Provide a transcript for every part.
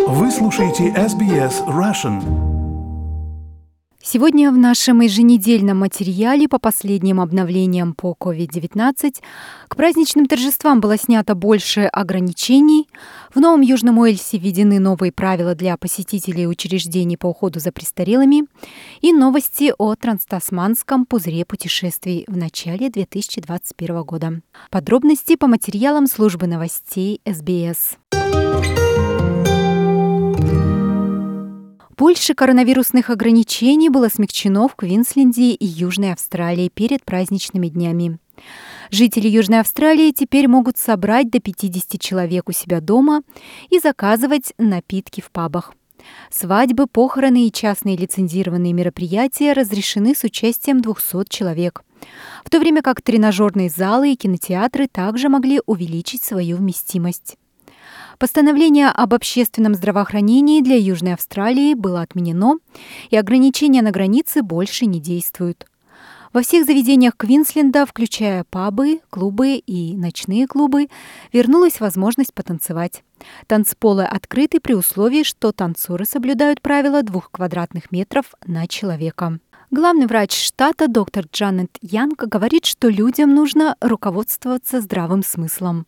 Вы слушаете SBS Russian. Сегодня в нашем еженедельном материале по последним обновлениям по COVID-19 к праздничным торжествам было снято больше ограничений, в Новом Южном Уэльсе введены новые правила для посетителей учреждений по уходу за престарелыми и новости о Транстасманском пузыре путешествий в начале 2021 года. Подробности по материалам службы новостей SBS. Больше коронавирусных ограничений было смягчено в Квинсленде и Южной Австралии перед праздничными днями. Жители Южной Австралии теперь могут собрать до 50 человек у себя дома и заказывать напитки в пабах. Свадьбы, похороны и частные лицензированные мероприятия разрешены с участием 200 человек, в то время как тренажерные залы и кинотеатры также могли увеличить свою вместимость. Постановление об общественном здравоохранении для Южной Австралии было отменено, и ограничения на границе больше не действуют. Во всех заведениях Квинсленда, включая пабы, клубы и ночные клубы, вернулась возможность потанцевать. Танцполы открыты при условии, что танцоры соблюдают правила 2 квадратных метров на человека. Главный врач штата доктор Джанет Янг говорит, что людям нужно руководствоваться здравым смыслом.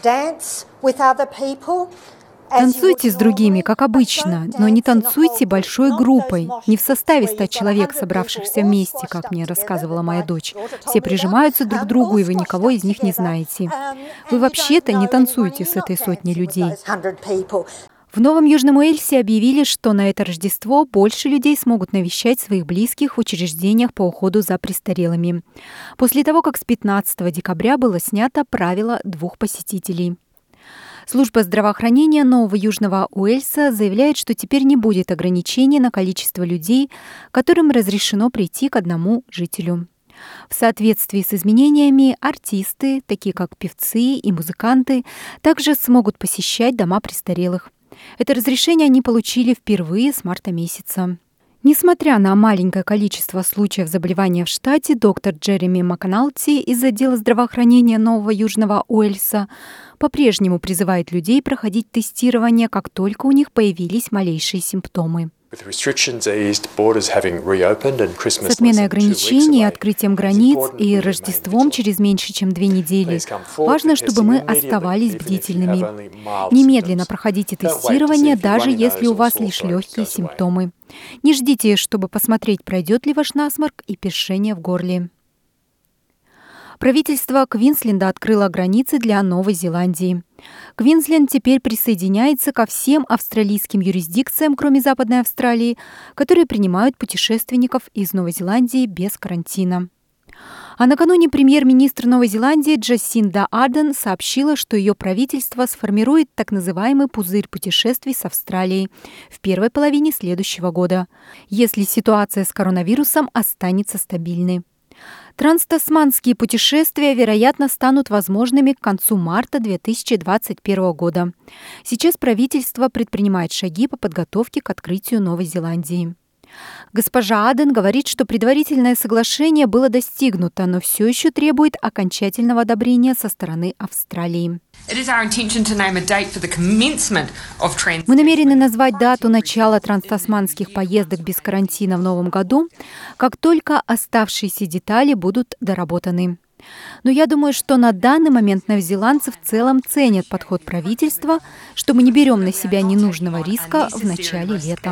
Танцуйте с другими, как обычно, но не танцуйте большой группой, не в составе 100 человек, собравшихся вместе, как мне рассказывала моя дочь. Все прижимаются друг к другу, и вы никого из них не знаете. Вы вообще-то не танцуете с этой сотней людей. В Новом Южном Уэльсе объявили, что на это Рождество больше людей смогут навещать своих близких в учреждениях по уходу за престарелыми, после того, как с 15 декабря было снято правило 2 посетителей. Служба здравоохранения Нового Южного Уэльса заявляет, что теперь не будет ограничений на количество людей, которым разрешено прийти к одному жителю. В соответствии с изменениями артисты, такие как певцы и музыканты, также смогут посещать дома престарелых. Это разрешение они получили впервые с марта месяца. Несмотря на маленькое количество случаев заболевания в штате, доктор Джереми Маканалти из отдела здравоохранения Нового Южного Уэльса по-прежнему призывает людей проходить тестирование, как только у них появились малейшие симптомы. С отменой ограничений, открытием границ и Рождеством через меньше, чем 2 недели, важно, чтобы мы оставались бдительными. Немедленно проходите тестирование, даже если у вас лишь легкие симптомы. Не ждите, чтобы посмотреть, пройдет ли ваш насморк и першение в горле. Правительство Квинсленда открыло границы для Новой Зеландии. Квинсленд теперь присоединяется ко всем австралийским юрисдикциям, кроме Западной Австралии, которые принимают путешественников из Новой Зеландии без карантина. А накануне премьер-министр Новой Зеландии Джасинда Ардерн сообщила, что ее правительство сформирует так называемый пузырь путешествий с Австралией в первой половине следующего года, если ситуация с коронавирусом останется стабильной. Транстасманские путешествия, вероятно, станут возможными к концу марта 2021 года. Сейчас правительство предпринимает шаги по подготовке к открытию Новой Зеландии. Госпожа Аден говорит, что предварительное соглашение было достигнуто, но все еще требует окончательного одобрения со стороны Австралии. Мы намерены назвать дату начала транстасманских поездок без карантина в новом году, как только оставшиеся детали будут доработаны. Но я думаю, что на данный момент новозеландцы в целом ценят подход правительства, что мы не берем на себя ненужного риска в начале лета.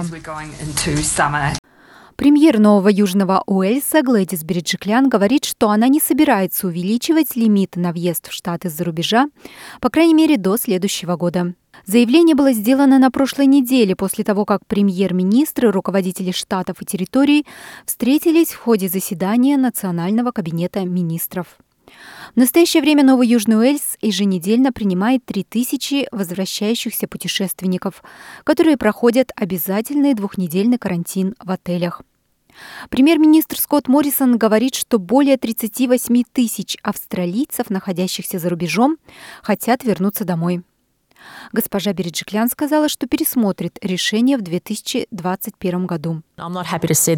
Премьер Нового Южного Уэльса Глэдис Береджиклян говорит, что она не собирается увеличивать лимит на въезд в штат из-за рубежа, по крайней мере, до следующего года. Заявление было сделано на прошлой неделе после того, как премьер-министры, руководители штатов и территорий встретились в ходе заседания Национального кабинета министров. В настоящее время Новый Южный Уэльс еженедельно принимает 3000 возвращающихся путешественников, которые проходят обязательный 2-недельный карантин в отелях. Премьер-министр Скотт Моррисон говорит, что более 38 тысяч австралийцев, находящихся за рубежом, хотят вернуться домой. Госпожа Береджиклян сказала, что пересмотрит решение в 2021 году. Я бы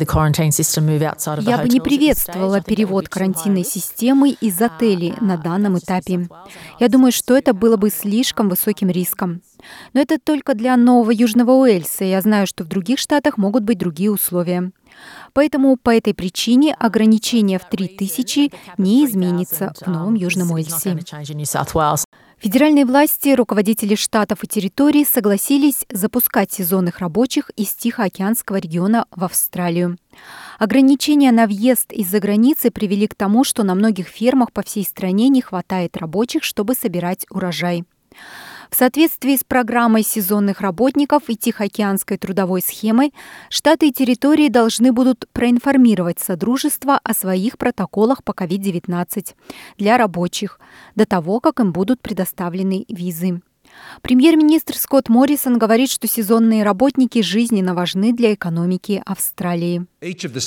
не приветствовала перевод карантинной системы из отелей на данном этапе. Я думаю, что это было бы слишком высоким риском. Но это только для Нового Южного Уэльса. Я знаю, что в других штатах могут быть другие условия. Поэтому по этой причине ограничение в 3000 не изменится в Новом Южном Уэльсе. Федеральные власти, руководители штатов и территорий согласились запускать сезонных рабочих из Тихоокеанского региона в Австралию. Ограничения на въезд из-за границы привели к тому, что на многих фермах по всей стране не хватает рабочих, чтобы собирать урожай. В соответствии с программой сезонных работников и Тихоокеанской трудовой схемой, штаты и территории должны будут проинформировать Содружество о своих протоколах по COVID-19 для рабочих до того, как им будут предоставлены визы. Премьер-министр Скотт Моррисон говорит, что сезонные работники жизненно важны для экономики Австралии. Каждый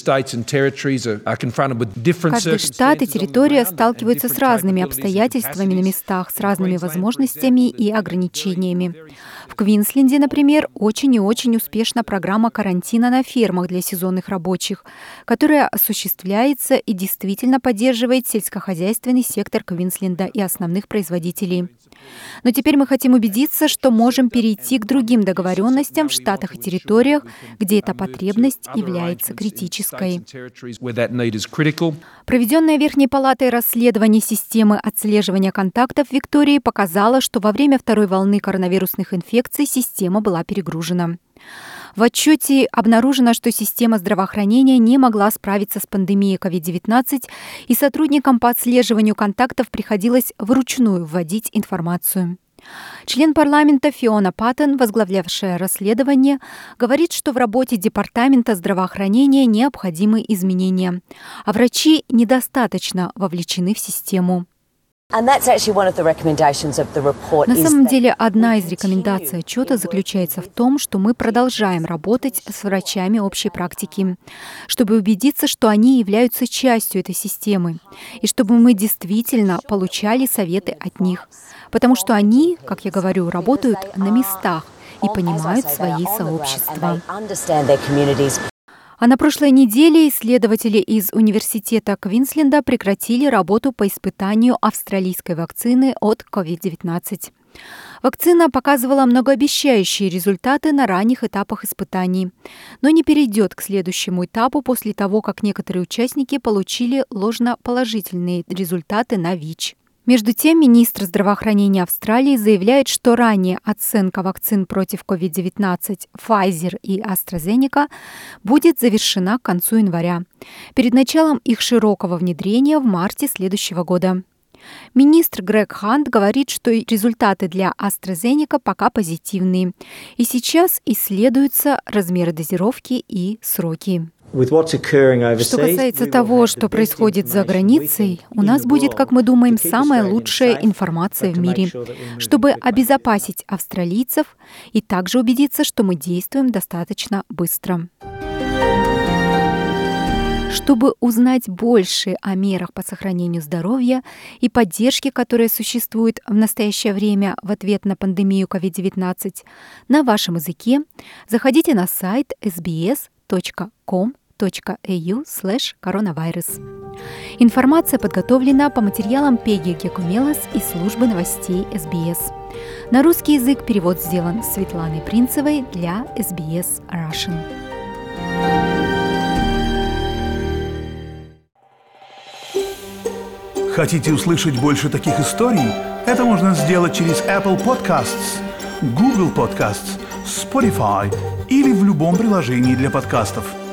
штат и территория сталкиваются с разными обстоятельствами на местах, с разными возможностями и ограничениями. В Квинсленде, например, очень и очень успешна программа карантина на фермах для сезонных рабочих, которая осуществляется и действительно поддерживает сельскохозяйственный сектор Квинсленда и основных производителей. Но теперь мы хотим убедиться, что можем перейти к другим договоренностям в штатах и территориях, где эта потребность является критической. Проведенное Верхней палатой расследование системы отслеживания контактов в Виктории показало, что во время второй волны коронавирусных инфекций система была перегружена. В отчете обнаружено, что система здравоохранения не могла справиться с пандемией COVID-19, и сотрудникам по отслеживанию контактов приходилось вручную вводить информацию. Член парламента Фиона Паттон, возглавлявшая расследование, говорит, что в работе Департамента здравоохранения необходимы изменения, а врачи недостаточно вовлечены в систему. На самом деле, одна из рекомендаций отчета заключается в том, что мы продолжаем работать с врачами общей практики, чтобы убедиться, что они являются частью этой системы, и чтобы мы действительно получали советы от них, потому что они, как я говорю, работают на местах и понимают свои сообщества. А на прошлой неделе исследователи из Университета Квинсленда прекратили работу по испытанию австралийской вакцины от COVID-19. Вакцина показывала многообещающие результаты на ранних этапах испытаний, но не перейдет к следующему этапу после того, как некоторые участники получили ложноположительные результаты на ВИЧ. Между тем, министр здравоохранения Австралии заявляет, что ранее оценка вакцин против COVID-19 Pfizer и AstraZeneca будет завершена к концу января, перед началом их широкого внедрения в марте следующего года. Министр Грег Хант говорит, что результаты для AstraZeneca пока позитивные, и сейчас исследуются размеры дозировки и сроки. Что касается того, что происходит за границей, у нас будет, как мы думаем, самая лучшая информация в мире, чтобы обезопасить австралийцев и также убедиться, что мы действуем достаточно быстро. Чтобы узнать больше о мерах по сохранению здоровья и поддержке, которая существует в настоящее время в ответ на пандемию COVID-19 на вашем языке, заходите на сайт sbs.com.au/coronavirus. Информация подготовлена по материалам Пеги Гекумелос из службы новостей СБС. На русский язык перевод сделан Светланой Принцевой для SBS Russian. Хотите услышать больше таких историй? Это можно сделать через Apple Podcasts, Google Podcasts, Spotify или в любом приложении для подкастов.